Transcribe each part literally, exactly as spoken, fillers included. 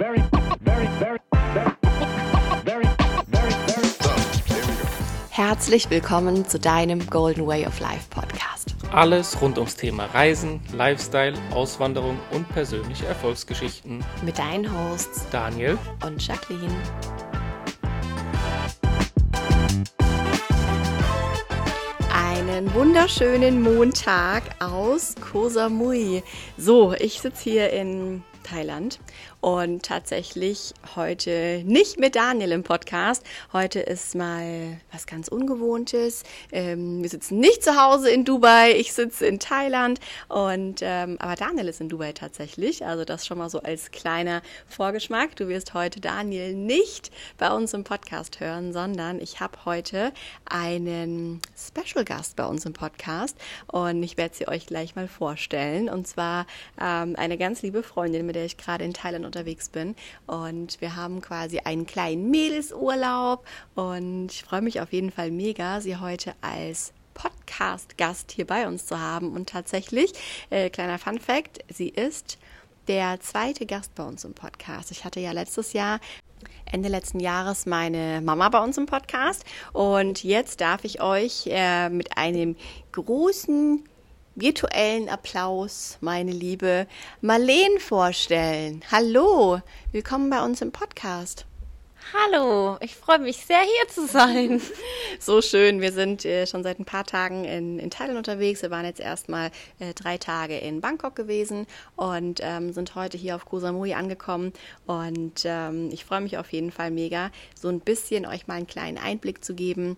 very, very, very, very, very, very, very. Herzlich willkommen zu deinem Golden Way of Life Podcast. Alles rund ums Thema Reisen, Lifestyle, Auswanderung und persönliche Erfolgsgeschichten. Mit deinen Hosts Daniel und Jacqueline. Einen wunderschönen Montag aus Koh Samui. So, ich sitze hier in Thailand und tatsächlich heute nicht mit Daniel im Podcast. Heute ist mal was ganz Ungewohntes. Ähm, wir sitzen nicht zu Hause in Dubai, ich sitze in Thailand und ähm, aber Daniel ist in Dubai tatsächlich. Also das schon mal so als kleiner Vorgeschmack. Du wirst heute Daniel nicht bei uns im Podcast hören, sondern ich habe heute einen Special Gast bei uns im Podcast und ich werde sie euch gleich mal vorstellen. Und zwar ähm, eine ganz liebe Freundin, mit der ich gerade in Thailand unterwegs bin. Und wir haben quasi einen kleinen Mädelsurlaub und ich freue mich auf jeden Fall mega, sie heute als Podcast-Gast hier bei uns zu haben. Und tatsächlich, äh, kleiner Fun-Fact, sie ist der zweite Gast bei uns im Podcast. Ich hatte ja letztes Jahr Ende letzten Jahres meine Mama bei uns im Podcast und jetzt darf ich euch äh, mit einem großen virtuellen Applaus meine liebe Marleen vorstellen. Hallo, willkommen bei uns im Podcast. Hallo, ich freue mich sehr, hier zu sein. So schön, wir sind äh, schon seit ein paar Tagen in, in Thailand unterwegs. Wir waren jetzt erstmal äh, drei Tage in Bangkok gewesen und ähm, sind heute hier auf Koh Samui angekommen. Und ähm, ich freue mich auf jeden Fall mega, so ein bisschen euch mal einen kleinen Einblick zu geben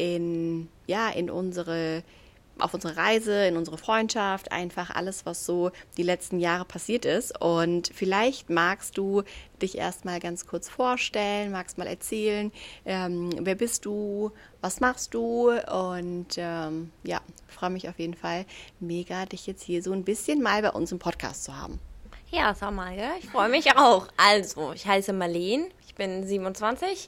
in, ja, in unsere auf unsere Reise, in unsere Freundschaft, einfach alles, was so die letzten Jahre passiert ist. Und vielleicht magst du dich erstmal ganz kurz vorstellen, magst mal erzählen, ähm, wer bist du, was machst du? Und ähm, ja, freue mich auf jeden Fall mega, dich jetzt hier so ein bisschen mal bei uns im Podcast zu haben. Ja, sag mal, gell? Ich freue mich auch. Also, ich heiße Marleen, ich bin siebenundzwanzig.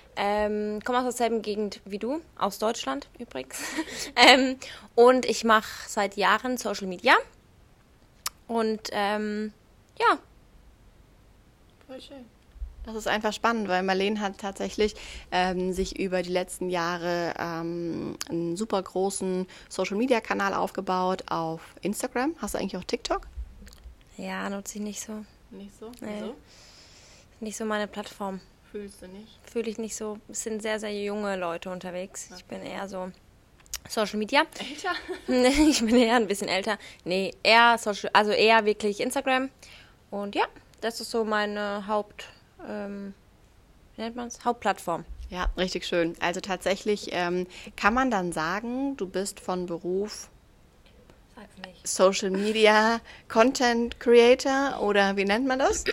Ähm, komme aus derselben Gegend wie du, aus Deutschland übrigens. ähm, und ich mache seit Jahren Social Media. Und ähm, ja. Voll schön. Das ist einfach spannend, weil Marleen hat tatsächlich ähm, sich über die letzten Jahre ähm, einen super großen Social Media Kanal aufgebaut auf Instagram. Hast du eigentlich auch TikTok? Ja, nutze ich nicht so. Nicht so? Nee. So? Nicht so meine Plattform. Fühlst du nicht? Fühle ich nicht so. Es sind sehr, sehr junge Leute unterwegs. Okay. Ich bin eher so Social Media. Älter? Ich bin eher ein bisschen älter. Nee, eher Social, also eher wirklich Instagram. Und ja, das ist so meine Haupt, ähm, wie nennt man es? Hauptplattform. Ja, richtig schön. Also tatsächlich ähm, kann man dann sagen, du bist von Beruf Sag's nicht. Social Media Content Creator oder wie nennt man das?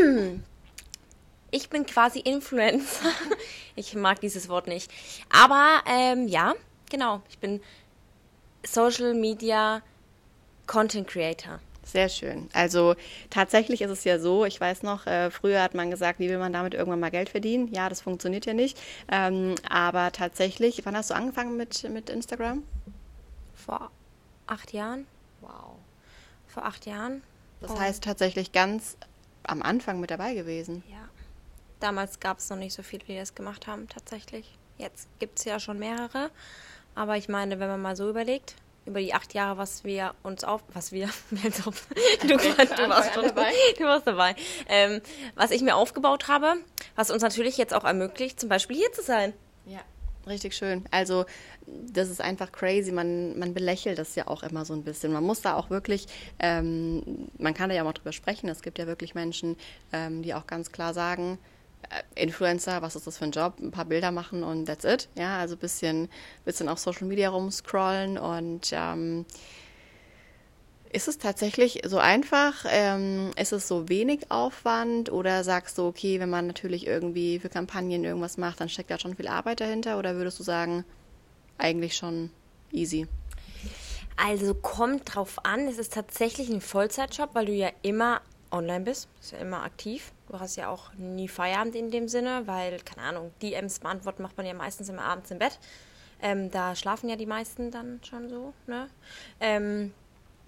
Ich bin quasi Influencer. Ich mag dieses Wort nicht. Aber ähm, ja, genau. Ich bin Social Media Content Creator. Sehr schön. Also tatsächlich ist es ja so, ich weiß noch, äh, früher hat man gesagt, wie will man damit irgendwann mal Geld verdienen? Ja, das funktioniert ja nicht. Ähm, aber tatsächlich, wann hast du angefangen mit, mit Instagram? Vor acht Jahren. Wow. Vor acht Jahren. Das Und heißt tatsächlich ganz am Anfang mit dabei gewesen. ja. Damals gab es noch nicht so viele, die das gemacht haben, tatsächlich. Jetzt gibt es ja schon mehrere. Aber ich meine, wenn man mal so überlegt, über die acht Jahre, was wir uns auf... Was wir... du, du, warst schon dabei. Du warst dabei. Ähm, was ich mir aufgebaut habe, was uns natürlich jetzt auch ermöglicht, zum Beispiel hier zu sein. Ja, richtig schön. Also das ist einfach crazy. Man, man belächelt das ja auch immer so ein bisschen. Man muss da auch wirklich, ähm, man kann da ja auch mal drüber sprechen. Es gibt ja wirklich Menschen, ähm, die auch ganz klar sagen, Influencer, was ist das für ein Job? Ein paar Bilder machen und that's it. Ja, also ein bisschen, bisschen auf Social Media rumscrollen und ähm, ist es tatsächlich so einfach? Ähm, ist es so wenig Aufwand oder sagst du, okay, wenn man natürlich irgendwie für Kampagnen irgendwas macht, dann steckt da schon viel Arbeit dahinter oder würdest du sagen, eigentlich schon easy? Also kommt drauf an, es ist tatsächlich ein Vollzeitjob, weil du ja immer online bist, bist ja immer aktiv. Du hast ja auch nie Feierabend in dem Sinne, weil, keine Ahnung, D Ms beantworten macht man ja meistens immer abends im Bett. Ähm, da schlafen ja die meisten dann schon so, ne? Ähm,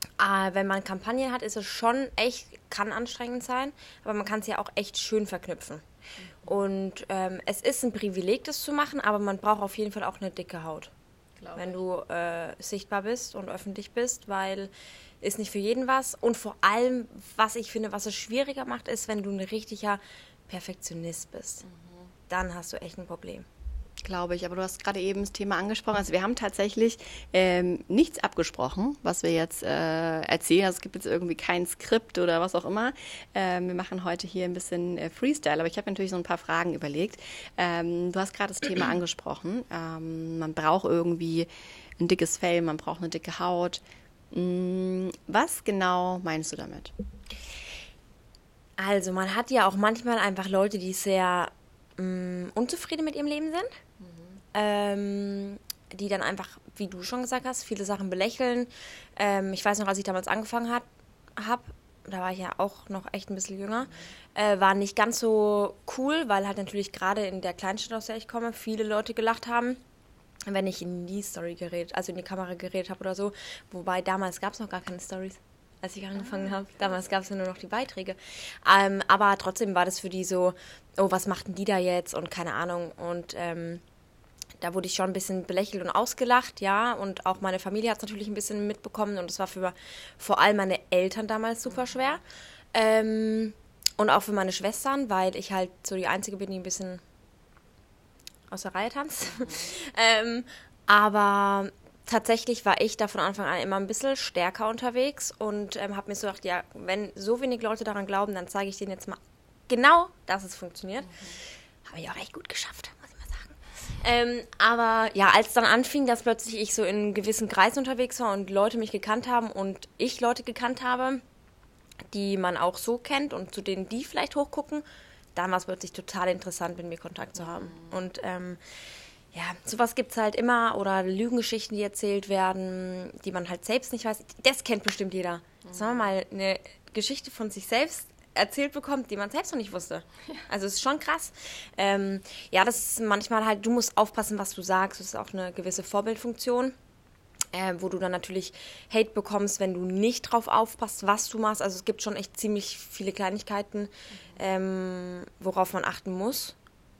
Äh, wenn man Kampagnen hat, ist es schon echt, kann anstrengend sein, aber man kann es ja auch echt schön verknüpfen. Und ähm, es ist ein Privileg, das zu machen, aber man braucht auf jeden Fall auch eine dicke Haut, Glaub wenn ich. du äh, sichtbar bist und öffentlich bist, weil ist nicht für jeden was. Und vor allem, was ich finde, was es schwieriger macht, ist, wenn du ein richtiger Perfektionist bist. Mhm. Dann hast du echt ein Problem. Glaube ich, aber du hast gerade eben das Thema angesprochen. Also wir haben tatsächlich ähm, nichts abgesprochen, was wir jetzt äh, erzählen. Also es gibt jetzt irgendwie kein Skript oder was auch immer. Ähm, wir machen heute hier ein bisschen äh, Freestyle, aber ich habe natürlich so ein paar Fragen überlegt. Ähm, du hast gerade das Thema angesprochen. Ähm, man braucht irgendwie ein dickes Fell, man braucht eine dicke Haut. Mm, was genau meinst du damit? Also man hat ja auch manchmal einfach Leute, die sehr mh, unzufrieden mit ihrem Leben sind. Ähm, die dann einfach, wie du schon gesagt hast, viele Sachen belächeln. Ähm, ich weiß noch, als ich damals angefangen habe, hab, da war ich ja auch noch echt ein bisschen jünger, äh, war nicht ganz so cool, weil halt natürlich gerade in der Kleinstadt, aus der ich komme, viele Leute gelacht haben, wenn ich in die Story geredet, also in die Kamera geredet habe oder so. Wobei damals gab es noch gar keine Stories, als ich angefangen habe. Damals gab es ja nur noch die Beiträge. Ähm, aber trotzdem war das für die so, oh, was machten die da jetzt und keine Ahnung. Und ähm, da wurde ich schon ein bisschen belächelt und ausgelacht, ja. Und auch meine Familie hat es natürlich ein bisschen mitbekommen. Und es war für vor allem meine Eltern damals super schwer. Ähm, und auch für meine Schwestern, weil ich halt so die Einzige bin, die ein bisschen aus der Reihe tanzt. ähm, aber tatsächlich war ich da von Anfang an immer ein bisschen stärker unterwegs und ähm, habe mir so gedacht, ja, wenn so wenig Leute daran glauben, dann zeige ich denen jetzt mal genau, dass es funktioniert. Mhm. Habe ich auch echt gut geschafft. Ähm, aber ja, als dann anfing, dass plötzlich ich so in gewissen Kreisen unterwegs war und Leute mich gekannt haben und ich Leute gekannt habe, die man auch so kennt und zu denen die vielleicht hochgucken, dann war es plötzlich total interessant, mit mir Kontakt zu haben. Mhm. Und ähm, ja, sowas gibt es halt immer oder Lügengeschichten, die erzählt werden, die man halt selbst nicht weiß. Das kennt bestimmt jeder. Mhm. Dass man mal eine Geschichte von sich selbst erzählt bekommt, die man selbst noch nicht wusste. Ja. Also es ist schon krass. Ähm, ja, das ist manchmal halt, du musst aufpassen, was du sagst. Das ist auch eine gewisse Vorbildfunktion, äh, wo du dann natürlich Hate bekommst, wenn du nicht drauf aufpasst, was du machst. Also es gibt schon echt ziemlich viele Kleinigkeiten, mhm. ähm, worauf man achten muss.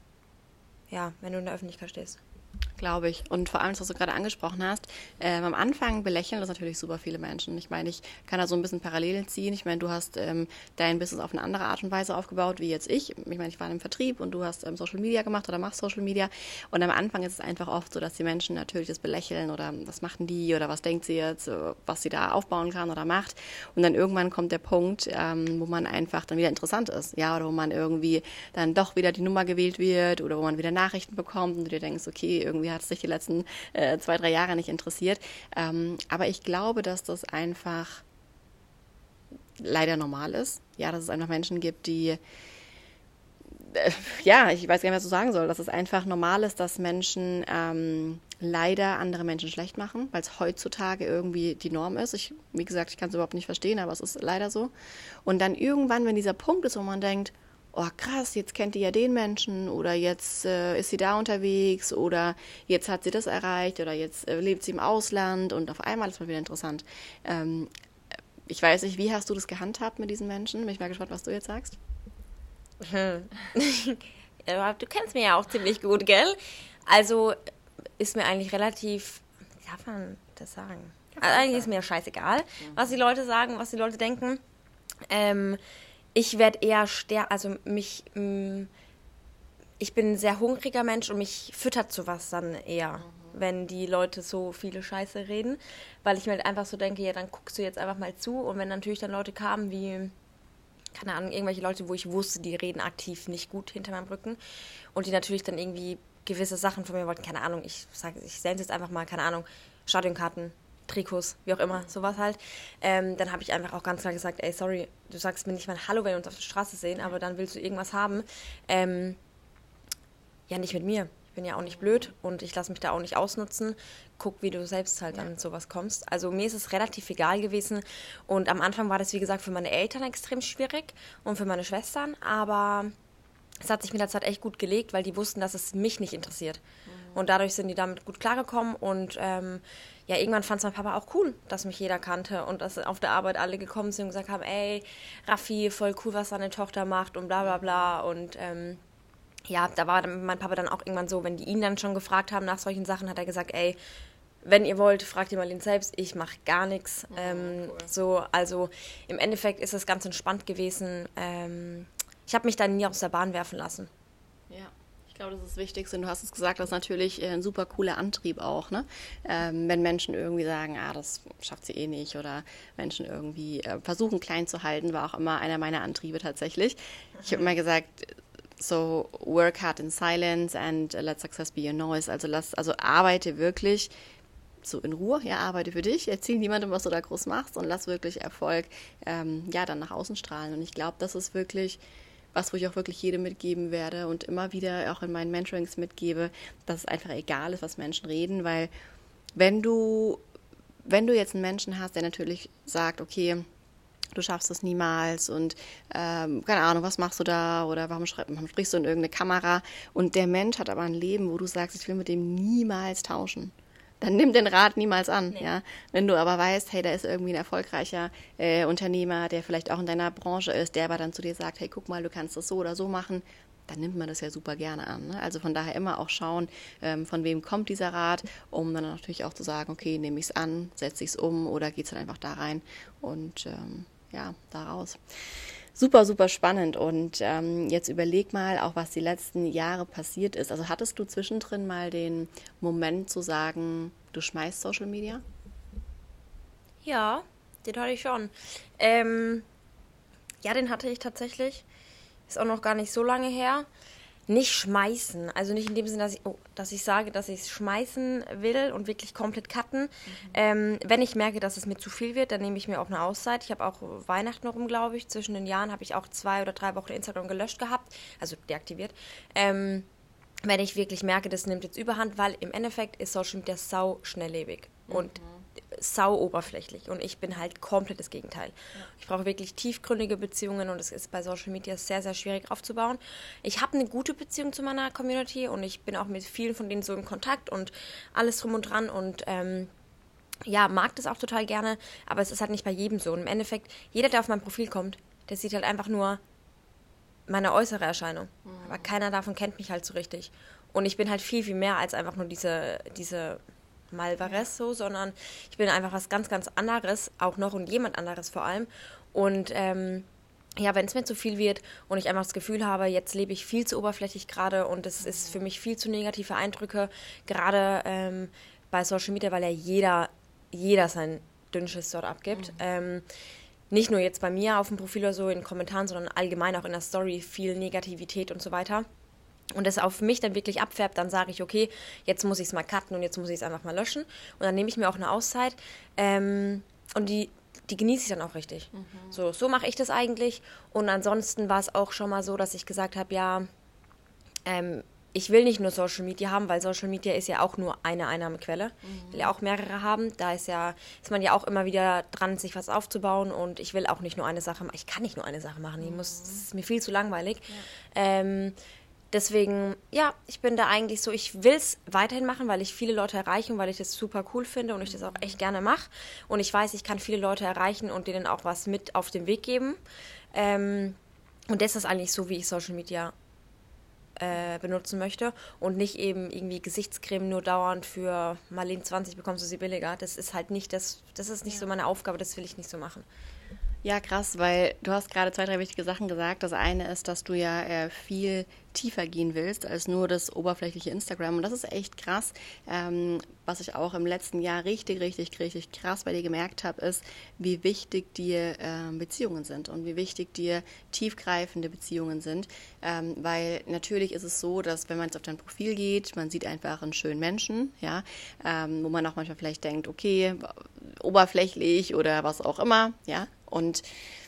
Ja, wenn du in der Öffentlichkeit stehst. Glaube ich. Und vor allem, was du gerade angesprochen hast, ähm, am Anfang belächeln das natürlich super viele Menschen. Ich meine, ich kann da so ein bisschen Parallelen ziehen. Ich meine, du hast ähm, dein Business auf eine andere Art und Weise aufgebaut, wie jetzt ich. Ich meine, ich war im Vertrieb und du hast ähm, Social Media gemacht oder machst Social Media. Und am Anfang ist es einfach oft so, dass die Menschen natürlich das belächeln oder was machen die oder was denkt sie jetzt, was sie da aufbauen kann oder macht. Und dann irgendwann kommt der Punkt, ähm, wo man einfach dann wieder interessant ist. Ja, oder wo man irgendwie dann doch wieder die Nummer gewählt wird oder wo man wieder Nachrichten bekommt und du dir denkst, okay, irgendwie hat es sich die letzten äh, zwei, drei Jahre nicht interessiert. Ähm, aber ich glaube, dass das einfach leider normal ist. Ja, dass es einfach Menschen gibt, die äh, ja, ich weiß gar nicht, was ich sagen soll, dass es einfach normal ist, dass Menschen ähm, leider andere Menschen schlecht machen, weil es heutzutage irgendwie die Norm ist. Ich, wie gesagt, ich kann es überhaupt nicht verstehen, aber es ist leider so. Und dann irgendwann, wenn dieser Punkt ist, wo man denkt, oh krass, jetzt kennt die ja den Menschen oder jetzt äh, ist sie da unterwegs oder jetzt hat sie das erreicht oder jetzt äh, lebt sie im Ausland und auf einmal ist mal wieder interessant. Ähm, ich weiß nicht, wie hast du das gehandhabt mit diesen Menschen? Bin ich mal gespannt, was du jetzt sagst. Hm. Ja, du kennst mich ja auch ziemlich gut, gell? Also ist mir eigentlich relativ, wie darf man das sagen? Also eigentlich ist mir scheißegal, mhm. was die Leute sagen, was die Leute denken. Ähm, Ich werde eher stärker, also mich, mh, ich bin ein sehr hungriger Mensch und mich füttert sowas dann eher, mhm. wenn die Leute so viele Scheiße reden, weil ich mir halt einfach so denke, ja, dann guckst du jetzt einfach mal zu und wenn natürlich dann Leute kamen wie, keine Ahnung, irgendwelche Leute, wo ich wusste, die reden aktiv nicht gut hinter meinem Rücken und die natürlich dann irgendwie gewisse Sachen von mir wollten, keine Ahnung, ich sage, ich sende jetzt einfach mal, keine Ahnung, Stadionkarten, Trikots, wie auch immer, sowas halt. Ähm, dann habe ich einfach auch ganz klar gesagt, ey, sorry, du sagst mir nicht mal Hallo, wenn wir uns auf der Straße sehen, aber dann willst du irgendwas haben. Ähm, ja, nicht mit mir. Ich bin ja auch nicht blöd und ich lasse mich da auch nicht ausnutzen. Guck, wie du selbst halt ja. an sowas kommst. Also mir ist es relativ egal gewesen und am Anfang war das, wie gesagt, für meine Eltern extrem schwierig und für meine Schwestern, aber es hat sich mit der Zeit echt gut gelegt, weil die wussten, dass es mich nicht interessiert. Mhm. Und dadurch sind die damit gut klargekommen und ähm, ja, irgendwann fand es mein Papa auch cool, dass mich jeder kannte und dass auf der Arbeit alle gekommen sind und gesagt haben, ey, Raffi, voll cool, was deine Tochter macht und bla bla bla. Und ähm, ja, da war mein Papa dann auch irgendwann so, wenn die ihn dann schon gefragt haben nach solchen Sachen, hat er gesagt, ey, wenn ihr wollt, fragt ihr mal ihn selbst, ich mache gar nichts. Oh, ähm, cool. So, also im Endeffekt ist es ganz entspannt gewesen. Ähm, ich habe mich dann nie aus der Bahn werfen lassen. Ja. Ich glaube, das ist das Wichtigste. Du hast es gesagt, das ist natürlich ein super cooler Antrieb auch, ne? Ähm, wenn Menschen irgendwie sagen, ah, das schafft sie eh nicht oder Menschen irgendwie äh, versuchen klein zu halten, war auch immer einer meiner Antriebe tatsächlich. Ich habe immer gesagt, so work hard in silence and let success be your noise. Also lass, also arbeite wirklich so in Ruhe, ja, arbeite für dich, erzähl niemandem, was du da groß machst und lass wirklich Erfolg, ähm, ja, dann nach außen strahlen. Und ich glaube, das ist wirklich was, wo ich auch wirklich jedem mitgeben werde und immer wieder auch in meinen Mentorings mitgebe, dass es einfach egal ist, was Menschen reden, weil wenn du, wenn du jetzt einen Menschen hast, der natürlich sagt, okay, du schaffst es niemals und ähm, keine Ahnung, was machst du da oder warum, schreib, warum sprichst du in irgendeine Kamera und der Mensch hat aber ein Leben, wo du sagst, ich will mit dem niemals tauschen. Dann nimm den Rat niemals an. Nee. Ja? Wenn du aber weißt, hey, da ist irgendwie ein erfolgreicher äh, Unternehmer, der vielleicht auch in deiner Branche ist, der aber dann zu dir sagt, hey, guck mal, du kannst das so oder so machen, dann nimmt man das ja super gerne an. Ne? Also von daher immer auch schauen, ähm, von wem kommt dieser Rat, um dann natürlich auch zu sagen, okay, nehme ich es an, setze ich es um oder geht es dann einfach da rein und ähm, ja, da raus. Super, super spannend und ähm, jetzt überleg mal auch, was die letzten Jahre passiert ist. Also hattest du zwischendrin mal den Moment zu sagen, du schmeißt Social Media? Ja, den hatte ich schon. Ähm, ja, den hatte ich tatsächlich. Ist auch noch gar nicht so lange her. Nicht schmeißen, also nicht in dem Sinne, dass ich, oh, dass ich sage, dass ich es schmeißen will und wirklich komplett cutten. Mhm. Ähm, wenn ich merke, dass es mir zu viel wird, dann nehme ich mir auch eine Auszeit. Ich habe auch Weihnachten rum, glaube ich. Zwischen den Jahren habe ich auch zwei oder drei Wochen Instagram gelöscht gehabt, also deaktiviert. Ähm, wenn ich wirklich merke, das nimmt jetzt Überhand, weil im Endeffekt ist Social Media sau schnelllebig mhm. und sau oberflächlich und ich bin halt komplett das Gegenteil. Ja. Ich brauche wirklich tiefgründige Beziehungen und es ist bei Social Media sehr, sehr schwierig aufzubauen. Ich habe eine gute Beziehung zu meiner Community und ich bin auch mit vielen von denen so in Kontakt und alles drum und dran und ähm, ja, mag das auch total gerne, aber es ist halt nicht bei jedem so. Und im Endeffekt, jeder, der auf mein Profil kommt, der sieht halt einfach nur meine äußere Erscheinung. Mhm. Aber keiner davon kennt mich halt so richtig. Und ich bin halt viel, viel mehr als einfach nur diese, diese Malvarez so, sondern ich bin einfach was ganz, ganz anderes, auch noch und jemand anderes vor allem. Und ähm, ja, wenn es mir zu viel wird und ich einfach das Gefühl habe, jetzt lebe ich viel zu oberflächlich gerade und es ist für mich viel zu negative Eindrücke, gerade ähm, bei Social Media, weil ja jeder, jeder sein Dünnschiss dort abgibt. Mhm. Ähm, nicht nur jetzt bei mir auf dem Profil oder so in Kommentaren, sondern allgemein auch in der Story viel Negativität und so weiter. Und das auf mich dann wirklich abfärbt, dann sage ich, okay, jetzt muss ich es mal cutten und jetzt muss ich es einfach mal löschen. Und dann nehme ich mir auch eine Auszeit ähm, und die, die genieße ich dann auch richtig. Mhm. So, so mache ich das eigentlich. Und ansonsten war es auch schon mal so, dass ich gesagt habe, ja, ähm, ich will nicht nur Social Media haben, weil Social Media ist ja auch nur eine Einnahmequelle. Mhm. Ich will ja auch mehrere haben. Da ist ja, ist man ja auch immer wieder dran, sich was aufzubauen. Und ich will auch nicht nur eine Sache machen. Ich kann nicht nur eine Sache machen. Ich muss, das ist mir viel zu langweilig. Ja. Ähm, Deswegen, ja, ich bin da eigentlich so, ich will es weiterhin machen, weil ich viele Leute erreiche und weil ich das super cool finde und ich das auch echt gerne mache. Und ich weiß, ich kann viele Leute erreichen und denen auch was mit auf den Weg geben. Ähm, und das ist eigentlich so, wie ich Social Media äh, benutzen möchte. Und nicht eben irgendwie Gesichtscreme nur dauernd für Marlene zwanzig bekommst du sie billiger. Das ist halt nicht, das, das ist nicht ja. so meine Aufgabe, das will ich nicht so machen. Ja, krass, weil du hast gerade zwei, drei wichtige Sachen gesagt. Das eine ist, dass du ja äh, viel tiefer gehen willst als nur das oberflächliche Instagram. Und das ist echt krass. Ähm, was ich auch im letzten Jahr richtig, richtig, richtig krass bei dir gemerkt habe, ist, wie wichtig dir äh, Beziehungen sind und wie wichtig dir tiefgreifende Beziehungen sind. Ähm, weil natürlich ist es so, dass wenn man jetzt auf dein Profil geht, man sieht einfach einen schönen Menschen, ja, ähm, wo man auch manchmal vielleicht denkt, okay, oberflächlich oder was auch immer, ja. Und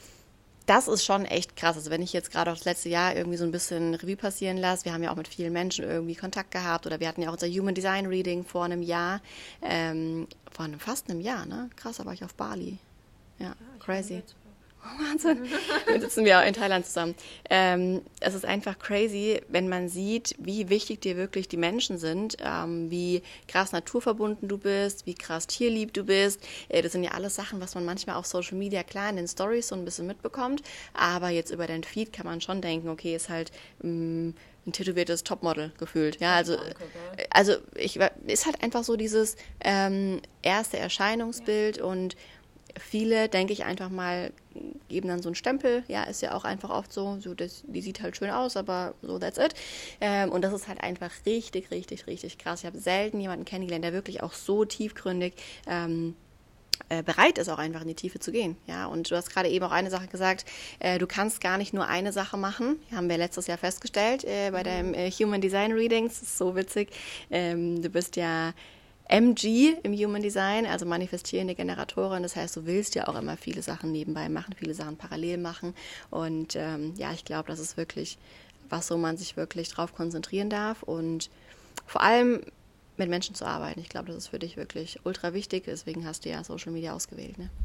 das ist schon echt krass. Also wenn ich jetzt gerade auch das letzte Jahr irgendwie so ein bisschen Revue passieren lasse, wir haben ja auch mit vielen Menschen irgendwie Kontakt gehabt oder wir hatten ja auch unser Human Design Reading vor einem Jahr, ähm, vor einem, fast einem Jahr, ne? Krass, da war ich auf Bali. Ja, ja crazy. Wahnsinn. Dann sitzen wir auch in Thailand zusammen. Ähm, es ist einfach crazy, wenn man sieht, wie wichtig dir wirklich die Menschen sind, ähm, wie krass naturverbunden du bist, wie krass tierlieb du bist. Äh, das sind ja alles Sachen, was man manchmal auf Social Media klar in den Stories so ein bisschen mitbekommt. Aber jetzt über dein Feed kann man schon denken, okay, ist halt mh, ein tätowiertes Topmodel gefühlt. Ja, also, also ich, ist halt einfach so dieses ähm, erste Erscheinungsbild und viele, denke ich einfach mal, geben dann so einen Stempel. Ja, ist ja auch einfach oft so, so das, die sieht halt schön aus, aber so, that's it. Ähm, und das ist halt einfach richtig, richtig, richtig krass. Ich habe selten jemanden kennengelernt, der wirklich auch so tiefgründig ähm, äh, bereit ist, auch einfach in die Tiefe zu gehen. Ja, und du hast gerade eben auch eine Sache gesagt, äh, du kannst gar nicht nur eine Sache machen. Haben wir letztes Jahr festgestellt äh, bei deinem äh, Human Design Readings. Das ist so witzig. Ähm, du bist ja M G im Human Design, also manifestierende Generatorin. Das heißt, du willst ja auch immer viele Sachen nebenbei machen, viele Sachen parallel machen. Und ähm, ja, ich glaube, das ist wirklich was, wo man sich wirklich drauf konzentrieren darf und vor allem mit Menschen zu arbeiten. Ich glaube, das ist für dich wirklich ultra wichtig. Deswegen hast du ja Social Media ausgewählt, ne?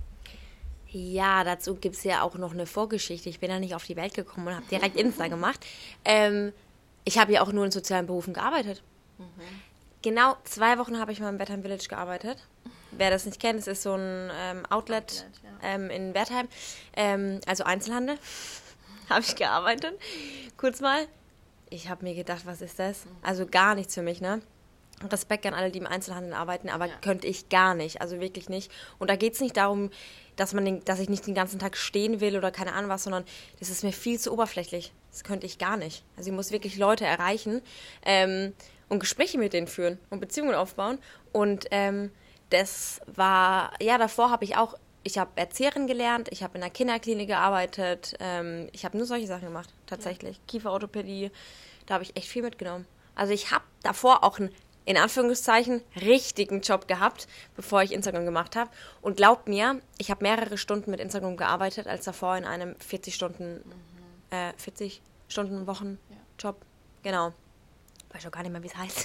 Ja, dazu gibt es ja auch noch eine Vorgeschichte. Ich bin ja nicht auf die Welt gekommen und habe direkt Insta gemacht. Ähm, ich habe ja auch nur in sozialen Berufen gearbeitet. Mhm. Genau zwei Wochen habe ich mal im Wertheim Village gearbeitet. Wer das nicht kennt, es ist so ein ähm, Outlet, Outlet ja. ähm, in Wertheim, ähm, also Einzelhandel, habe ich gearbeitet. Kurz mal, ich habe mir gedacht, was ist das? Also gar nichts für mich, ne? Respekt an alle, die im Einzelhandel arbeiten, aber ja. könnte ich gar nicht, also wirklich nicht. Und da geht es nicht darum, dass, man den, dass ich nicht den ganzen Tag stehen will oder keine Ahnung was, sondern das ist mir viel zu oberflächlich. Das könnte ich gar nicht. Also ich muss wirklich Leute erreichen, ähm, und Gespräche mit denen führen und Beziehungen aufbauen. Und ähm, das war, ja, davor habe ich auch, ich habe Erzieherin gelernt, ich habe in der Kinderklinik gearbeitet, ähm, ich habe nur solche Sachen gemacht, tatsächlich. Ja. Kieferorthopädie, da habe ich echt viel mitgenommen. Also ich habe davor auch einen, in Anführungszeichen, richtigen Job gehabt, bevor ich Instagram gemacht habe. Und glaubt mir, ich habe mehrere Stunden mit Instagram gearbeitet, als davor in einem vierzig Stunden, mhm. äh, vierzig Stunden Wochen-Job. Ja. Genau. Ich weiß auch gar nicht mehr, wie es heißt.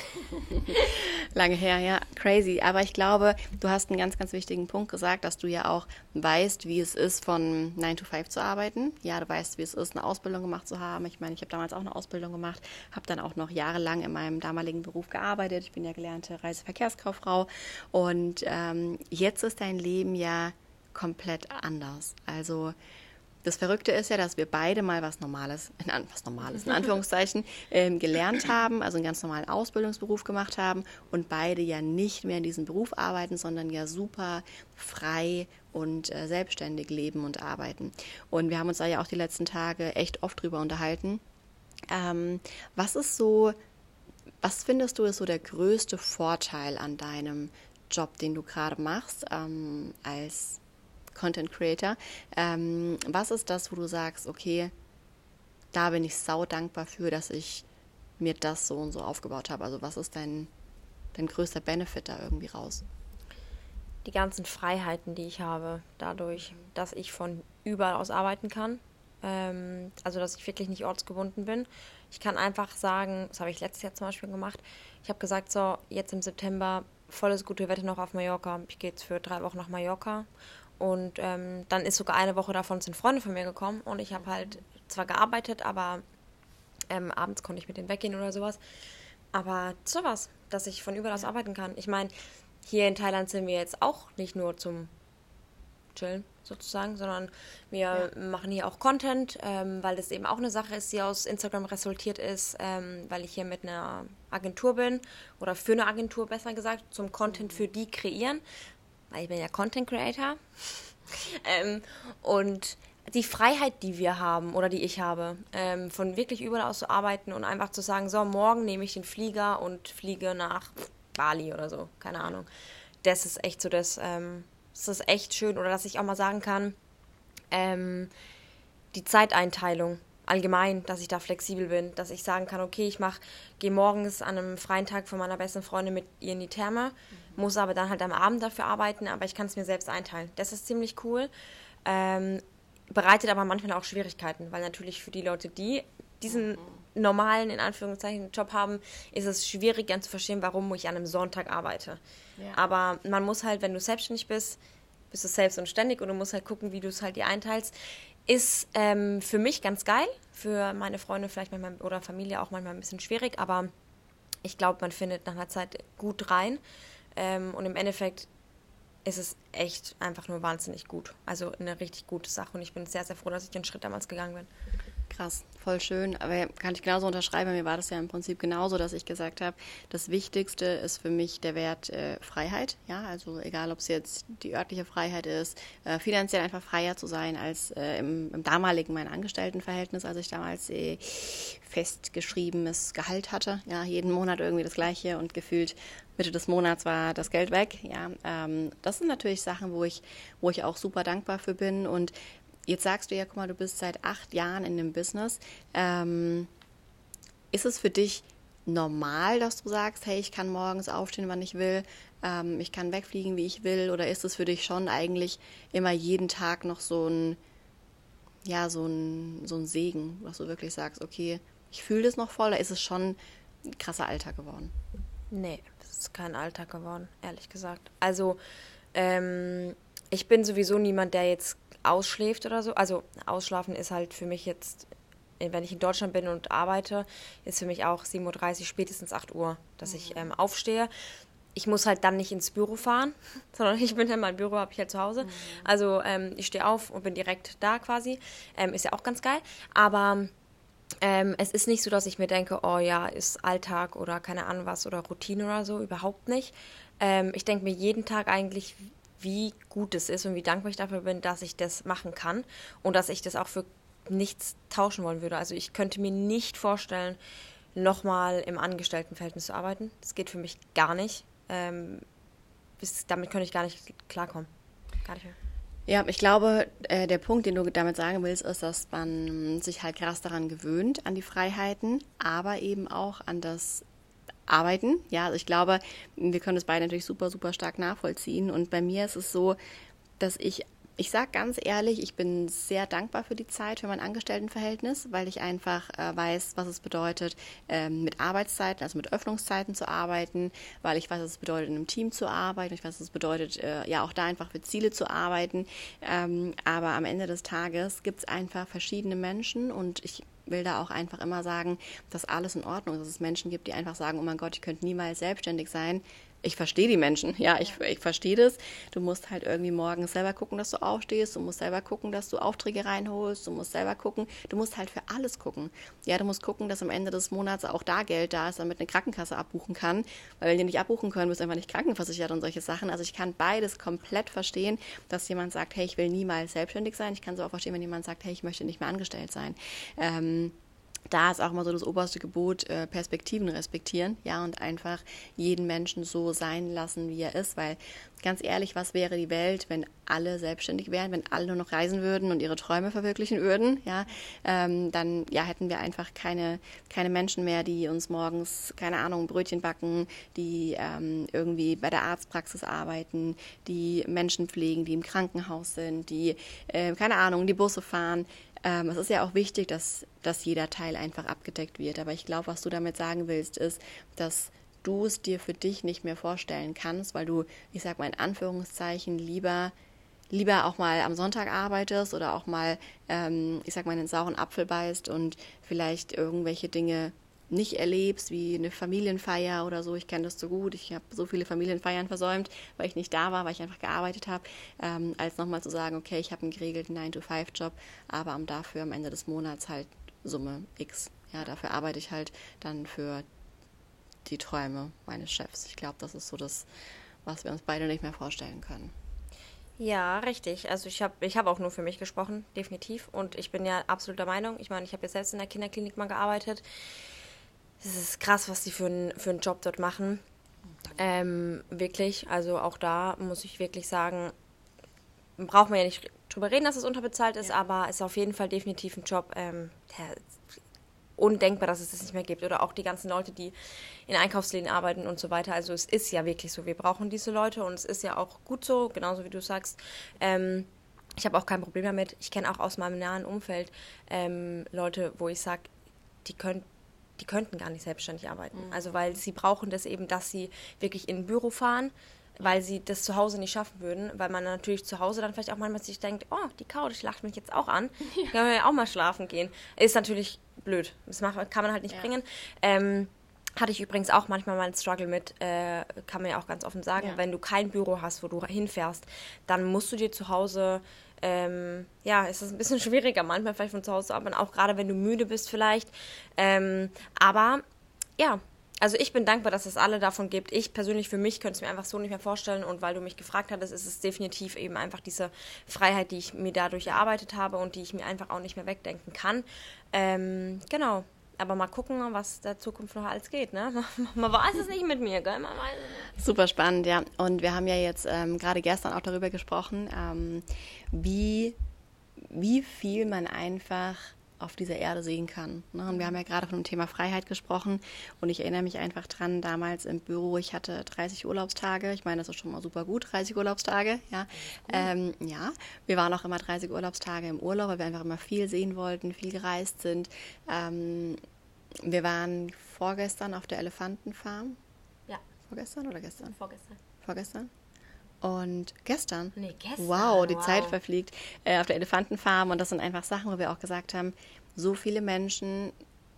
Lange her, ja, crazy. Aber ich glaube, du hast einen ganz, ganz wichtigen Punkt gesagt, dass du ja auch weißt, wie es ist, von nine to five zu arbeiten. Ja, du weißt, wie es ist, eine Ausbildung gemacht zu haben. Ich meine, ich habe damals auch eine Ausbildung gemacht, habe dann auch noch jahrelang in meinem damaligen Beruf gearbeitet. Ich bin ja gelernte Reiseverkehrskauffrau und ähm, jetzt ist dein Leben ja komplett anders. Also das Verrückte ist ja, dass wir beide mal was Normales, in An- was Normales, in Anführungszeichen, ähm, gelernt haben, also einen ganz normalen Ausbildungsberuf gemacht haben und beide ja nicht mehr in diesem Beruf arbeiten, sondern ja super frei und äh, selbstständig leben und arbeiten. Und wir haben uns da ja auch die letzten Tage echt oft drüber unterhalten. Ähm, was ist so, was findest du ist so der größte Vorteil an deinem Job, den du gerade machst, ähm, als Content Creator? Ähm, was ist das, wo du sagst, okay, da bin ich sau dankbar für, dass ich mir das so und so aufgebaut habe? Also was ist dein, dein größter Benefit da irgendwie raus? Die ganzen Freiheiten, die ich habe, dadurch, dass ich von überall aus arbeiten kann. Ähm, also dass ich wirklich nicht ortsgebunden bin. Ich kann einfach sagen, das habe ich letztes Jahr zum Beispiel gemacht, ich habe gesagt, so jetzt im September volles gute Wetter noch auf Mallorca. Ich gehe jetzt für drei Wochen nach Mallorca. Und ähm, dann ist sogar eine Woche davon sind Freunde von mir gekommen und ich habe halt zwar gearbeitet, aber ähm, abends konnte ich mit denen weggehen oder sowas. Aber sowas, dass ich von überall aus arbeiten kann. Ich meine, hier in Thailand sind wir jetzt auch nicht nur zum Chillen sozusagen, sondern wir ja. machen hier auch Content, ähm, weil das eben auch eine Sache ist, die aus Instagram resultiert ist, ähm, weil ich hier mit einer Agentur bin oder für eine Agentur besser gesagt, zum Content für die kreieren. Ich bin ja Content Creator ähm, und die Freiheit, die wir haben oder die ich habe, ähm, von wirklich überall aus zu arbeiten und einfach zu sagen, so, morgen nehme ich den Flieger und fliege nach Bali oder so, keine Ahnung. Das ist echt so, das, ähm, das ist echt schön. Oder dass ich auch mal sagen kann, ähm, die Zeiteinteilung allgemein, dass ich da flexibel bin, dass ich sagen kann, okay, ich mach, gehe morgens an einem freien Tag von meiner besten Freundin mit ihr in die Therme, mhm. muss aber dann halt am Abend dafür arbeiten, aber ich kann es mir selbst einteilen. Das ist ziemlich cool, ähm, bereitet aber manchmal auch Schwierigkeiten, weil natürlich für die Leute, die diesen mhm. normalen, in Anführungszeichen, Job haben, ist es schwierig, dann zu verstehen, warum ich an einem Sonntag arbeite. Ja. Aber man muss halt, wenn du selbstständig bist, bist du selbst und ständig und du musst halt gucken, wie du es halt dir einteilst. Ist ähm, für mich ganz geil, für meine Freunde vielleicht manchmal oder Familie auch manchmal ein bisschen schwierig, aber ich glaube, man findet nach einer Zeit gut rein ähm, und im Endeffekt ist es echt einfach nur wahnsinnig gut. Also eine richtig gute Sache und ich bin sehr, sehr froh, dass ich den Schritt damals gegangen bin. Krass, voll schön. Aber kann ich genauso unterschreiben. Bei mir war das ja im Prinzip genauso, dass ich gesagt habe, das Wichtigste ist für mich der Wert äh, Freiheit. Ja, also egal, ob es jetzt die örtliche Freiheit ist, äh, finanziell einfach freier zu sein als äh, im, im damaligen mein Angestelltenverhältnis, als ich damals äh, festgeschriebenes Gehalt hatte. Ja, jeden Monat irgendwie das Gleiche und gefühlt Mitte des Monats war das Geld weg. Ja, ähm, das sind natürlich Sachen, wo ich, wo ich auch super dankbar für bin. Und jetzt sagst du ja, guck mal, du bist seit acht Jahren in dem Business. Ähm, ist es für dich normal, dass du sagst, hey, ich kann morgens aufstehen, wann ich will, ähm, ich kann wegfliegen, wie ich will? Oder ist es für dich schon eigentlich immer jeden Tag noch so ein, ja, so ein, so ein Segen, dass du wirklich sagst, okay, ich fühle das noch voll, oder ist es schon ein krasser Alltag geworden? Nee, das ist kein Alltag geworden, ehrlich gesagt. Also, ähm, ich bin sowieso niemand, der jetzt ausschläft oder so. Also, ausschlafen ist halt für mich jetzt, wenn ich in Deutschland bin und arbeite, ist für mich auch sieben Uhr dreißig, spätestens acht Uhr, dass mhm. ich ähm, aufstehe. Ich muss halt dann nicht ins Büro fahren, sondern ich bin ja, mein Büro habe ich halt zu Hause. Mhm. Also, ähm, ich stehe auf und bin direkt da quasi. Ähm, ist ja auch ganz geil. Aber Ähm, es ist nicht so, dass ich mir denke, oh ja, ist Alltag oder keine Ahnung was oder Routine oder so, überhaupt nicht. Ähm, ich denke mir jeden Tag eigentlich, wie gut es ist und wie dankbar ich dafür bin, dass ich das machen kann und dass ich das auch für nichts tauschen wollen würde. Also ich könnte mir nicht vorstellen, nochmal im Angestelltenverhältnis zu arbeiten. Das geht für mich gar nicht. Ähm, bis, damit könnte ich gar nicht klarkommen. Gar nicht mehr. Ja, ich glaube, äh, der Punkt, den du damit sagen willst, ist, dass man sich halt krass daran gewöhnt, an die Freiheiten, aber eben auch an das Arbeiten. Ja, also ich glaube, wir können das beide natürlich super, super stark nachvollziehen. Und bei mir ist es so, dass ich, ich sage ganz ehrlich, ich bin sehr dankbar für die Zeit, für mein Angestelltenverhältnis, weil ich einfach äh, weiß, was es bedeutet, ähm, mit Arbeitszeiten, also mit Öffnungszeiten zu arbeiten, weil ich weiß, was es bedeutet, in einem Team zu arbeiten, ich weiß, was es bedeutet, äh, ja auch da einfach für Ziele zu arbeiten. Ähm, aber am Ende des Tages gibt es einfach verschiedene Menschen und ich will da auch einfach immer sagen, dass alles in Ordnung ist, dass es Menschen gibt, die einfach sagen, oh mein Gott, ich könnte niemals selbstständig sein. Ich verstehe die Menschen, ja, ich, ich verstehe das. Du musst halt irgendwie morgens selber gucken, dass du aufstehst, du musst selber gucken, dass du Aufträge reinholst, du musst selber gucken, du musst halt für alles gucken. Ja, du musst gucken, dass am Ende des Monats auch da Geld da ist, damit eine Krankenkasse abbuchen kann, weil wenn die nicht abbuchen können, bist du einfach nicht krankenversichert und solche Sachen. Also ich kann beides komplett verstehen, dass jemand sagt, hey, ich will niemals selbstständig sein. Ich kann es auch verstehen, wenn jemand sagt, hey, ich möchte nicht mehr angestellt sein. Ähm, Da ist auch mal so das oberste Gebot, äh, Perspektiven respektieren, ja, und einfach jeden Menschen so sein lassen, wie er ist, weil ganz ehrlich, was wäre die Welt, wenn alle selbstständig wären, wenn alle nur noch reisen würden und ihre Träume verwirklichen würden, ja, ähm, dann ja, hätten wir einfach keine, keine Menschen mehr, die uns morgens, keine Ahnung, Brötchen backen, die ähm, irgendwie bei der Arztpraxis arbeiten, die Menschen pflegen, die im Krankenhaus sind, die, äh, keine Ahnung, die Busse fahren. Ähm, es ist ja auch wichtig, dass, dass jeder Teil einfach abgedeckt wird. Aber ich glaube, was du damit sagen willst, ist, dass du es dir für dich nicht mehr vorstellen kannst, weil du, ich sag mal in Anführungszeichen, lieber, lieber auch mal am Sonntag arbeitest oder auch mal, ähm, ich sag mal, einen sauren Apfel beißt und vielleicht irgendwelche Dinge nicht erlebst, wie eine Familienfeier oder so. Ich kenne das so gut. Ich habe so viele Familienfeiern versäumt, weil ich nicht da war, weil ich einfach gearbeitet habe, ähm, als nochmal zu sagen, okay, ich habe einen geregelten nine to five Job, aber am dafür am Ende des Monats halt Summe X. Ja, dafür arbeite ich halt dann für die Träume meines Chefs. Ich glaube, das ist so das, was wir uns beide nicht mehr vorstellen können. Ja, richtig. Also ich habe ich hab auch nur für mich gesprochen, definitiv. Und ich bin ja absolut der Meinung, ich meine, ich habe ja selbst in der Kinderklinik mal gearbeitet. Es ist krass, was die für, ein, für einen Job dort machen. Ähm, wirklich, also auch da muss ich wirklich sagen, braucht man ja nicht drüber reden, dass es unterbezahlt ist, ja. Aber es ist auf jeden Fall definitiv ein Job, ähm, der undenkbar, dass es das nicht mehr gibt. Oder auch die ganzen Leute, die in Einkaufsläden arbeiten und so weiter. Also es ist ja wirklich so, wir brauchen diese Leute und es ist ja auch gut so, genauso wie du sagst. Ähm, ich habe auch kein Problem damit. Ich kenne auch aus meinem nahen Umfeld ähm, Leute, wo ich sage, die können die könnten gar nicht selbstständig arbeiten. Mhm. Also weil sie brauchen das eben, dass sie wirklich in ein Büro fahren, weil sie das zu Hause nicht schaffen würden, weil man natürlich zu Hause dann vielleicht auch manchmal sich denkt, oh, die Couch lacht mich jetzt auch an, ja. Kann man ja auch mal schlafen gehen. Ist natürlich blöd, das macht, kann man halt nicht ja. bringen. Ähm, hatte ich übrigens auch manchmal mal einen Struggle mit, äh, kann man ja auch ganz offen sagen, ja. wenn du kein Büro hast, wo du hinfährst, dann musst du dir zu Hause, ähm, ja, ist das ein bisschen schwieriger manchmal vielleicht von zu Hause zu arbeiten, auch gerade wenn du müde bist vielleicht, ähm, aber ja, also ich bin dankbar, dass es alle davon gibt. Ich persönlich für mich könnte es mir einfach so nicht mehr vorstellen und weil du mich gefragt hattest, ist es definitiv eben einfach diese Freiheit, die ich mir dadurch erarbeitet habe und die ich mir einfach auch nicht mehr wegdenken kann. Ähm, genau. Aber mal gucken, was der Zukunft noch alles geht, ne? Man weiß es nicht mit mir, gell? Man weiß es nicht. Super spannend, ja. Und wir haben ja jetzt ähm, gerade gestern auch darüber gesprochen, ähm, wie, wie viel man einfach auf dieser Erde sehen kann. Ne? Und wir haben ja gerade von dem Thema Freiheit gesprochen und ich erinnere mich einfach dran, damals im Büro, ich hatte dreißig Urlaubstage. Ich meine, das ist schon mal super gut, dreißig Urlaubstage. Ja, ähm, ja. Wir waren auch immer dreißig Urlaubstage im Urlaub, weil wir einfach immer viel sehen wollten, viel gereist sind. Ähm, wir waren vorgestern auf der Elefantenfarm. Ja. Vorgestern oder gestern? Vorgestern. Vorgestern. Und gestern? Nee, gestern. Wow, die wow. Zeit verfliegt. Äh, auf der Elefantenfarm. Und das sind einfach Sachen, wo wir auch gesagt haben, so viele Menschen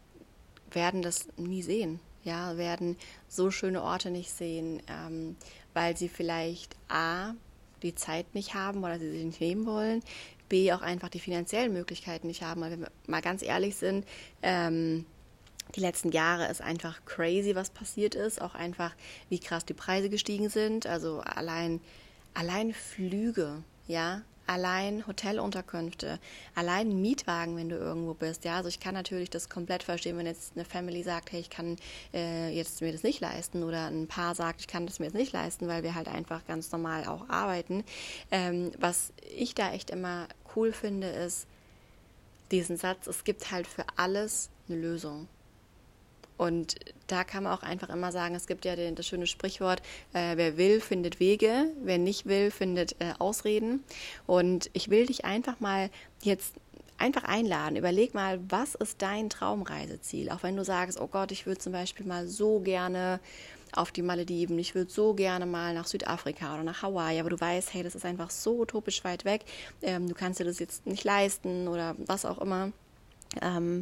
werden das nie sehen. Ja, werden so schöne Orte nicht sehen, ähm, weil sie vielleicht A, die Zeit nicht haben oder sie sich nicht nehmen wollen, B, auch einfach die finanziellen Möglichkeiten nicht haben. Weil wenn wir mal ganz ehrlich sind, ähm, die letzten Jahre ist einfach crazy, was passiert ist. Auch einfach, wie krass die Preise gestiegen sind. Also allein, allein Flüge, ja, allein Hotelunterkünfte, allein Mietwagen, wenn du irgendwo bist. Ja, also ich kann natürlich das komplett verstehen, wenn jetzt eine Family sagt, hey, ich kann äh, jetzt mir das nicht leisten oder ein Paar sagt, ich kann das mir jetzt nicht leisten, weil wir halt einfach ganz normal auch arbeiten. Ähm, was ich da echt immer cool finde, ist diesen Satz, es gibt halt für alles eine Lösung. Und da kann man auch einfach immer sagen, es gibt ja den, das schöne Sprichwort, äh, wer will, findet Wege, wer nicht will, findet äh, Ausreden. Und ich will dich einfach mal jetzt einfach einladen. Überleg mal, was ist dein Traumreiseziel? Auch wenn du sagst, oh Gott, ich würde zum Beispiel mal so gerne auf die Malediven, ich würde so gerne mal nach Südafrika oder nach Hawaii, aber du weißt, hey, das ist einfach so utopisch weit weg, ähm, du kannst dir das jetzt nicht leisten oder was auch immer. Ähm,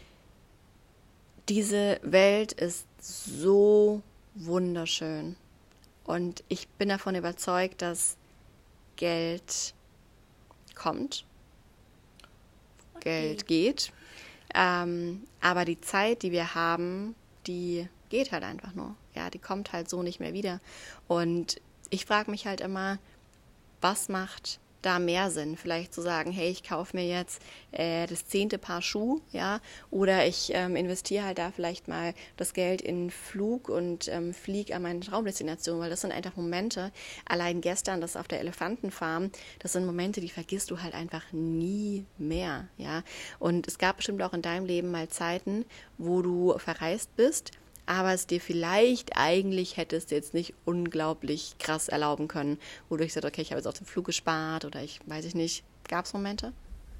Diese Welt ist so wunderschön und ich bin davon überzeugt, dass Geld kommt, okay. Geld geht, ähm, aber die Zeit, die wir haben, die geht halt einfach nur. Ja, die kommt halt so nicht mehr wieder. Und ich frage mich halt immer, was macht da mehr Sinn, vielleicht zu sagen, hey, ich kaufe mir jetzt äh, das zehnte Paar Schuh, ja, oder ich ähm, investiere halt da vielleicht mal das Geld in einen Flug und ähm, fliege an meine Traumdestination, weil das sind einfach Momente, allein gestern, das auf der Elefantenfarm, das sind Momente, die vergisst du halt einfach nie mehr, ja, und es gab bestimmt auch in deinem Leben mal Zeiten, wo du verreist bist, aber es dir vielleicht eigentlich hättest du jetzt nicht unglaublich krass erlauben können, wo du gesagt hast, okay, ich habe jetzt auf den Flug gespart oder ich weiß ich nicht. Gab es Momente?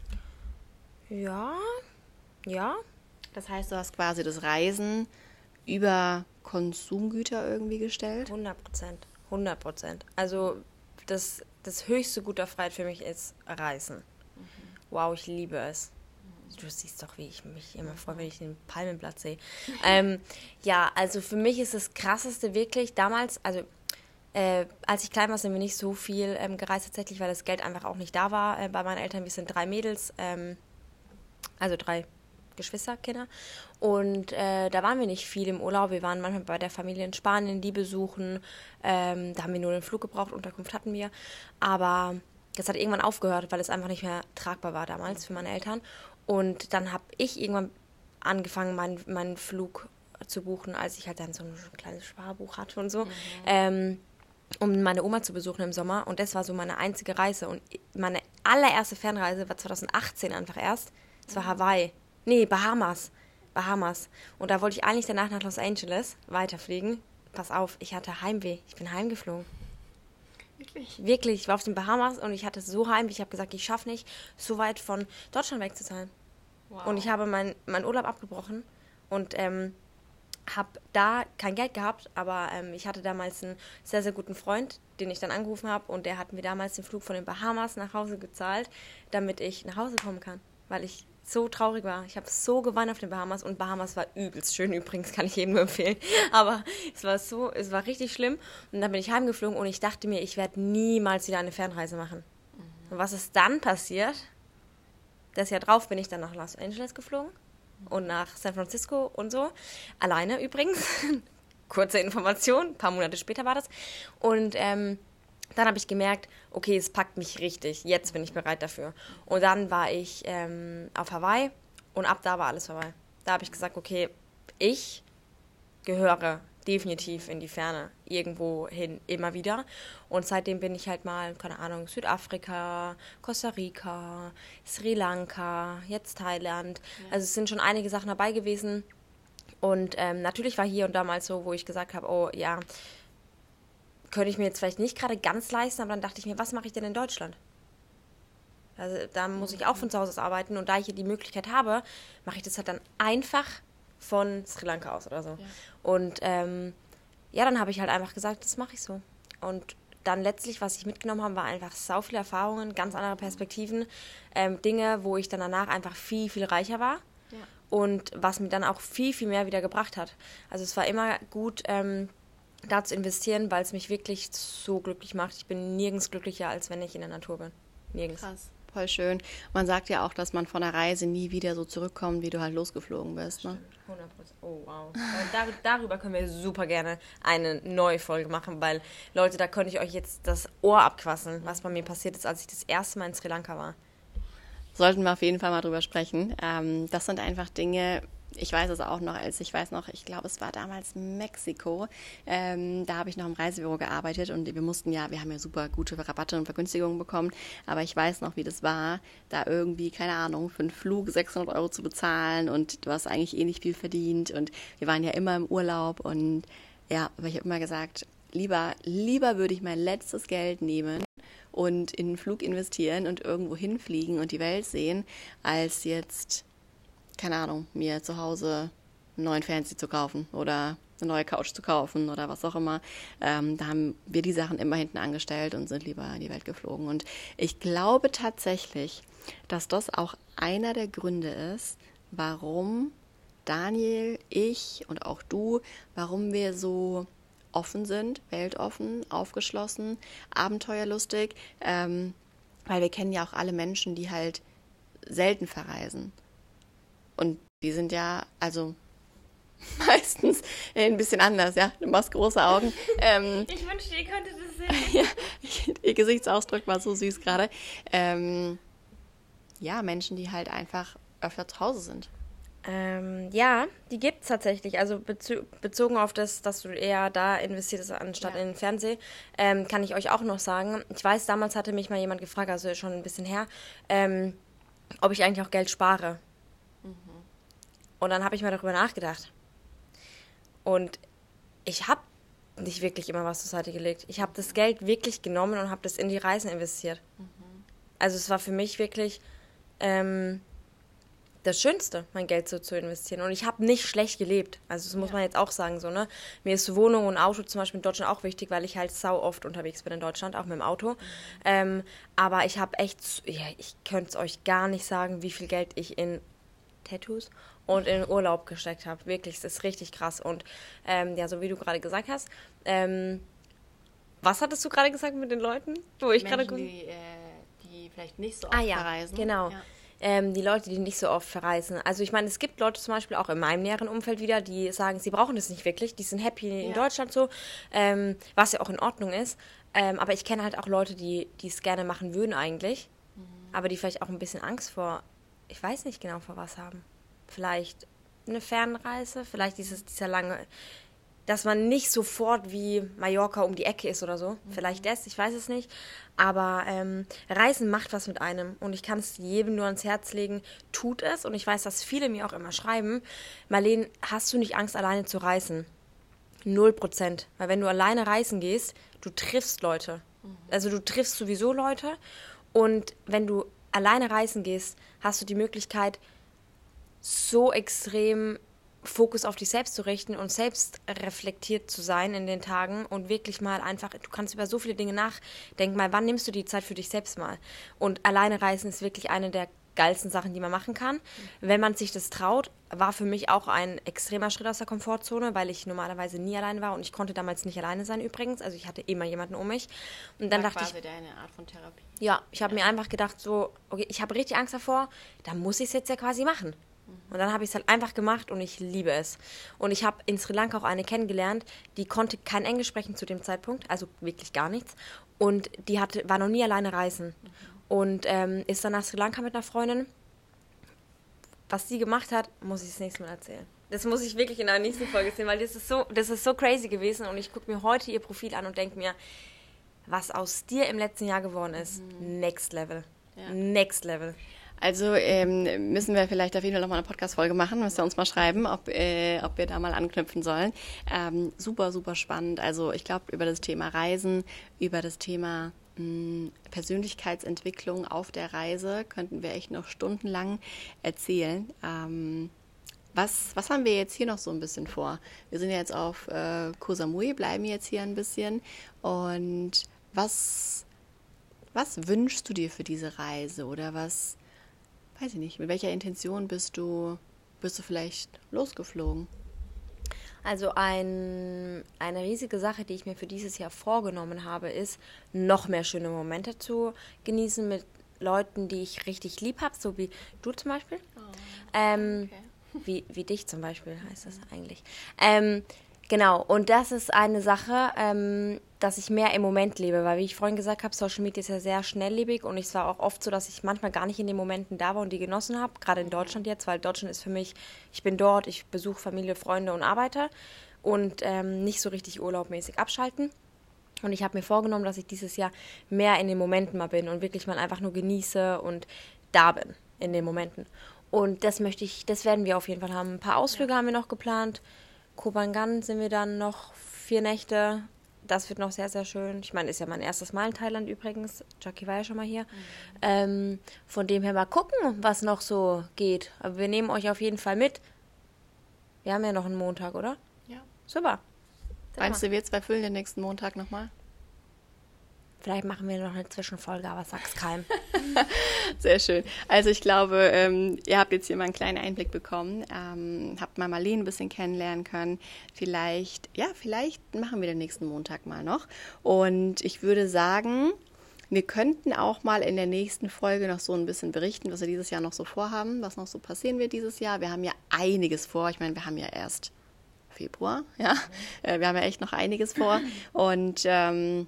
Ja, ja. Das heißt, du hast quasi das Reisen über Konsumgüter irgendwie gestellt? hundert Prozent, hundert Prozent. Also das, das höchste Gut der Freiheit für mich ist Reisen. Mhm. Wow, ich liebe es. Du siehst doch, wie ich mich immer freue, wenn ich den Palmenblatt sehe. ähm, ja, also für mich ist das Krasseste wirklich damals, also äh, als ich klein war, sind wir nicht so viel ähm, gereist tatsächlich, weil das Geld einfach auch nicht da war äh, bei meinen Eltern. Wir sind drei Mädels, ähm, also drei Geschwisterkinder. Und äh, da waren wir nicht viel im Urlaub. Wir waren manchmal bei der Familie in Spanien, die besuchen. Ähm, da haben wir nur den Flug gebraucht, Unterkunft hatten wir. Aber das hat irgendwann aufgehört, weil es einfach nicht mehr tragbar war damals für meine Eltern. Und dann habe ich irgendwann angefangen, meinen, meinen Flug zu buchen, als ich halt dann so ein kleines Sparbuch hatte und so, mhm. ähm, um meine Oma zu besuchen im Sommer. Und das war so meine einzige Reise. Und meine allererste Fernreise war zwanzig achtzehn einfach erst. Das war Hawaii. Nee, Bahamas. Bahamas. Und da wollte ich eigentlich danach nach Los Angeles weiterfliegen. Pass auf, ich hatte Heimweh. Ich bin heimgeflogen. Wirklich? Wirklich. Ich war auf den Bahamas und ich hatte so Heimweh. Ich habe gesagt, ich schaffe nicht, so weit von Deutschland weg zu sein. Wow. Und ich habe meinen mein Urlaub abgebrochen und ähm, habe da kein Geld gehabt, aber ähm, ich hatte damals einen sehr, sehr guten Freund, den ich dann angerufen habe und der hat mir damals den Flug von den Bahamas nach Hause gezahlt, damit ich nach Hause kommen kann, weil ich so traurig war. Ich habe so geweint auf den Bahamas und Bahamas war übelst schön übrigens, kann ich jedem nur empfehlen, aber es war so, es war richtig schlimm und dann bin ich heimgeflogen und ich dachte mir, ich werde niemals wieder eine Fernreise machen. Mhm. Und was ist dann passiert? Das Jahr drauf bin ich dann nach Los Angeles geflogen und nach San Francisco und so. Alleine übrigens. Kurze Information, ein paar Monate später war das. Und ähm, dann habe ich gemerkt, okay, es packt mich richtig. Jetzt bin ich bereit dafür. Und dann war ich ähm, auf Hawaii und ab da war alles vorbei. Da habe ich gesagt, okay, ich gehöre definitiv in die Ferne, irgendwo hin, immer wieder. Und seitdem bin ich halt mal, keine Ahnung, Südafrika, Costa Rica, Sri Lanka, jetzt Thailand. Ja. Also es sind schon einige Sachen dabei gewesen. Und ähm, natürlich war hier und da mal so, wo ich gesagt habe, oh ja, könnte ich mir jetzt vielleicht nicht gerade ganz leisten, aber dann dachte ich mir, was mache ich denn in Deutschland? Also da muss ich auch von zu Hause aus arbeiten und da ich hier die Möglichkeit habe, mache ich das halt dann einfach von Sri Lanka aus oder so. Ja. Und ähm, ja, dann habe ich halt einfach gesagt, das mache ich so. Und dann letztlich, was ich mitgenommen habe, war einfach sau viele Erfahrungen, ganz andere Perspektiven, ähm, Dinge, wo ich dann danach einfach viel, viel reicher war. Ja. Und was mir dann auch viel, viel mehr wieder gebracht hat. Also es war immer gut, ähm, da zu investieren, weil es mich wirklich so glücklich macht. Ich bin nirgends glücklicher, als wenn ich in der Natur bin. Nirgends. Krass. Voll schön. Man sagt ja auch, dass man von der Reise nie wieder so zurückkommt, wie du halt losgeflogen bist. Ne? hundert Prozent. Oh, wow. Dar- darüber können wir super gerne eine neue Folge machen, weil, Leute, da könnte ich euch jetzt das Ohr abquasseln, was bei mir passiert ist, als ich das erste Mal in Sri Lanka war. Sollten wir auf jeden Fall mal drüber sprechen. Ähm, das sind einfach Dinge, ich weiß es auch noch, als ich weiß noch, ich glaube, es war damals Mexiko. Ähm, da habe ich noch im Reisebüro gearbeitet und wir mussten ja, wir haben ja super gute Rabatte und Vergünstigungen bekommen, aber ich weiß noch, wie das war, da irgendwie, keine Ahnung, für einen Flug sechshundert Euro zu bezahlen und du hast eigentlich eh nicht viel verdient und wir waren ja immer im Urlaub und ja, aber ich habe immer gesagt, lieber, lieber würde ich mein letztes Geld nehmen und in einen Flug investieren und irgendwo hinfliegen und die Welt sehen, als jetzt, keine Ahnung, mir zu Hause einen neuen Fernseher zu kaufen oder eine neue Couch zu kaufen oder was auch immer. Ähm, da haben wir die Sachen immer hinten angestellt und sind lieber in die Welt geflogen. Und ich glaube tatsächlich, dass das auch einer der Gründe ist, warum Daniel, ich und auch du, warum wir so offen sind, weltoffen, aufgeschlossen, abenteuerlustig, ähm, weil wir kennen ja auch alle Menschen, die halt selten verreisen. Und die sind ja, also meistens ein bisschen anders, ja. Du machst große Augen. Ähm, ich wünschte, ihr könntet das sehen. Ja, ihr Gesichtsausdruck war so süß gerade. Ähm, ja, Menschen, die halt einfach öfter zu Hause sind. Ähm, ja, die gibt es tatsächlich. Also bezo- bezogen auf das, dass du eher da investierst anstatt ja. in den Fernseher, ähm, kann ich euch auch noch sagen. Ich weiß, damals hatte mich mal jemand gefragt, also schon ein bisschen her, ähm, ob ich eigentlich auch Geld spare. Mhm. Und dann habe ich mal darüber nachgedacht. Und ich habe nicht wirklich immer was zur Seite gelegt. Ich habe das Geld wirklich genommen und habe das in die Reisen investiert. Mhm. Also es war für mich wirklich ähm, das Schönste, mein Geld so zu investieren. Und ich habe nicht schlecht gelebt. Also das muss ja. man jetzt auch sagen. So, ne? Mir ist Wohnung und Auto zum Beispiel in Deutschland auch wichtig, weil ich halt sau oft unterwegs bin in Deutschland, auch mit dem Auto. Mhm. Ähm, aber ich habe echt, ja, ich könnte es euch gar nicht sagen, wie viel Geld ich in Tattoos und in Urlaub gesteckt habe. Wirklich, es ist richtig krass. Und ähm, ja, so wie du gerade gesagt hast, ähm, was hattest du gerade gesagt mit den Leuten? Wo ich Menschen, gerade die, äh, die vielleicht nicht so oft ah, ja, verreisen. Genau. Ja. Ähm, die Leute, die nicht so oft verreisen. Also ich meine, es gibt Leute zum Beispiel auch in meinem näheren Umfeld wieder, die sagen, sie brauchen das nicht wirklich, die sind happy in ja. Deutschland so, ähm, was ja auch in Ordnung ist. Ähm, aber ich kenne halt auch Leute, die es gerne machen würden eigentlich, mhm. aber die vielleicht auch ein bisschen Angst vor, ich weiß nicht genau vor was haben. Vielleicht eine Fernreise, vielleicht dieses, dieser lange, dass man nicht sofort wie Mallorca um die Ecke ist oder so. Mhm. Vielleicht das, ich weiß es nicht. Aber ähm, Reisen macht was mit einem. Und ich kann es jedem nur ans Herz legen, tut es. Und ich weiß, dass viele mir auch immer schreiben, Marlene, hast du nicht Angst, alleine zu reisen? Null Prozent. Weil wenn du alleine reisen gehst, du triffst Leute. Mhm. Also du triffst sowieso Leute. Und wenn du alleine reisen gehst, hast du die Möglichkeit, so extrem Fokus auf dich selbst zu richten und selbst reflektiert zu sein in den Tagen und wirklich mal einfach, du kannst über so viele Dinge nachdenken, mal, wann nimmst du die Zeit für dich selbst mal? Und alleine reisen ist wirklich eine der geilsten Sachen, die man machen kann. Mhm. Wenn man sich das traut, war für mich auch ein extremer Schritt aus der Komfortzone, weil ich normalerweise nie alleine war und ich konnte damals nicht alleine sein übrigens, also ich hatte immer jemanden um mich. Und dann war dachte quasi ich, deine Art von Therapie. Ja, ich habe ja. mir einfach gedacht, so, okay, ich habe richtig Angst davor, dann muss ich es jetzt ja quasi machen. Und dann habe ich es halt einfach gemacht und ich liebe es. Und ich habe in Sri Lanka auch eine kennengelernt, die konnte kein Englisch sprechen zu dem Zeitpunkt, also wirklich gar nichts. Und die hatte, war noch nie alleine reisen. Mhm. Und ähm, ist dann nach Sri Lanka mit einer Freundin. Was sie gemacht hat, muss ich das nächste Mal erzählen. Das muss ich wirklich in der nächsten Folge sehen, weil das ist so, das ist so crazy gewesen. Und ich gucke mir heute ihr Profil an und denke mir, was aus dir im letzten Jahr geworden ist, mhm. next level. Ja. Next level. Also ähm, müssen wir vielleicht auf jeden Fall nochmal eine Podcast-Folge machen, müsst ihr uns mal schreiben, ob, äh, ob wir da mal anknüpfen sollen. Ähm, super, super spannend. Also ich glaube, über das Thema Reisen, über das Thema mh, Persönlichkeitsentwicklung auf der Reise könnten wir echt noch stundenlang erzählen. Ähm, was, was haben wir jetzt hier noch so ein bisschen vor? Wir sind ja jetzt auf äh, Koh Samui, bleiben jetzt hier ein bisschen. Und was, was wünschst du dir für diese Reise oder was... Weiß ich nicht, mit welcher Intention bist du, bist du vielleicht losgeflogen? Also ein, eine riesige Sache, die ich mir für dieses Jahr vorgenommen habe, ist, noch mehr schöne Momente zu genießen mit Leuten, die ich richtig lieb habe, so wie du zum Beispiel. Oh, ähm, okay. wie, wie dich zum Beispiel heißt das eigentlich. Ähm, genau, und das ist eine Sache, ähm, dass ich mehr im Moment lebe, weil wie ich vorhin gesagt habe, Social Media ist ja sehr schnelllebig und es war auch oft so, dass ich manchmal gar nicht in den Momenten da war und die genossen habe, gerade in Deutschland jetzt, weil Deutschland ist für mich, ich bin dort, ich besuche Familie, Freunde und arbeite und ähm, nicht so richtig urlaubmäßig abschalten. Und ich habe mir vorgenommen, dass ich dieses Jahr mehr in den Momenten mal bin und wirklich mal einfach nur genieße und da bin in den Momenten. Und das möchte ich, das werden wir auf jeden Fall haben. Ein paar Ausflüge haben wir noch geplant. Koh Phangan sind wir dann noch vier Nächte. Das wird noch sehr, sehr schön. Ich meine, ist ja mein erstes Mal in Thailand übrigens. Jackie war ja schon mal hier. Mhm. Ähm, von dem her mal gucken, was noch so geht. Aber wir nehmen euch auf jeden Fall mit. Wir haben ja noch einen Montag, oder? Ja. Super. Meinst du, wir zwei füllen den nächsten Montag nochmal? Vielleicht machen wir noch eine Zwischenfolge, aber sag's keinem. Sehr schön. Also ich glaube, ähm, ihr habt jetzt hier mal einen kleinen Einblick bekommen, ähm, habt mal Marlene ein bisschen kennenlernen können. Vielleicht, ja, vielleicht machen wir den nächsten Montag mal noch. Und ich würde sagen, wir könnten auch mal in der nächsten Folge noch so ein bisschen berichten, was wir dieses Jahr noch so vorhaben, was noch so passieren wird dieses Jahr. Wir haben ja einiges vor. Ich meine, wir haben ja erst Februar, ja. Mhm. Wir haben ja echt noch einiges vor. Und ähm,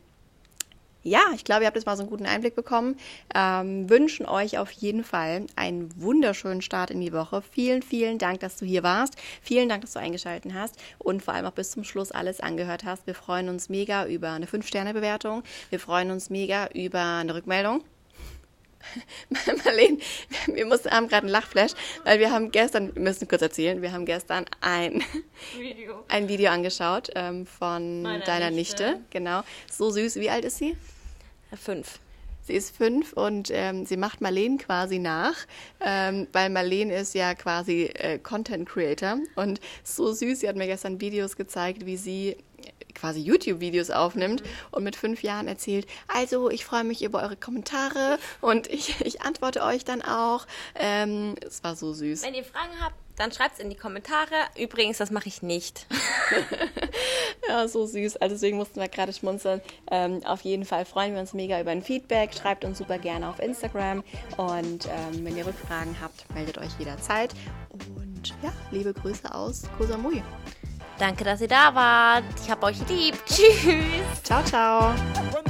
ja, ich glaube, ihr habt jetzt mal so einen guten Einblick bekommen. Ähm, wünschen euch auf jeden Fall einen wunderschönen Start in die Woche. Vielen, vielen Dank, dass du hier warst. Vielen Dank, dass du eingeschaltet hast und vor allem auch bis zum Schluss alles angehört hast. Wir freuen uns mega über eine fünf Sterne Bewertung. Wir freuen uns mega über eine Rückmeldung. Marlene, wir mussten, haben gerade einen Lachflash, weil wir haben gestern, wir müssen kurz erzählen, wir haben gestern ein Video, ein Video angeschaut ähm, von Meiner deiner Nichte. Nichte. Genau, so süß. Wie alt ist sie? Fünf. Sie ist fünf und ähm, sie macht Marlene quasi nach, ähm, weil Marlene ist ja quasi äh, Content Creator und so süß. Sie hat mir gestern Videos gezeigt, wie sie quasi YouTube-Videos aufnimmt mhm. und mit fünf Jahren erzählt, also ich freue mich über eure Kommentare und ich, ich antworte euch dann auch. Ähm, es war so süß. Wenn ihr Fragen habt, dann schreibt es in die Kommentare. Übrigens, das mache ich nicht. Ja, so süß. Also deswegen mussten wir gerade schmunzeln. Ähm, auf jeden Fall freuen wir uns mega über ein Feedback. Schreibt uns super gerne auf Instagram und ähm, wenn ihr Rückfragen habt, meldet euch jederzeit. Und ja, liebe Grüße aus Koh Samui. Danke, dass ihr da wart. Ich hab euch lieb. Tschüss. Ciao, ciao.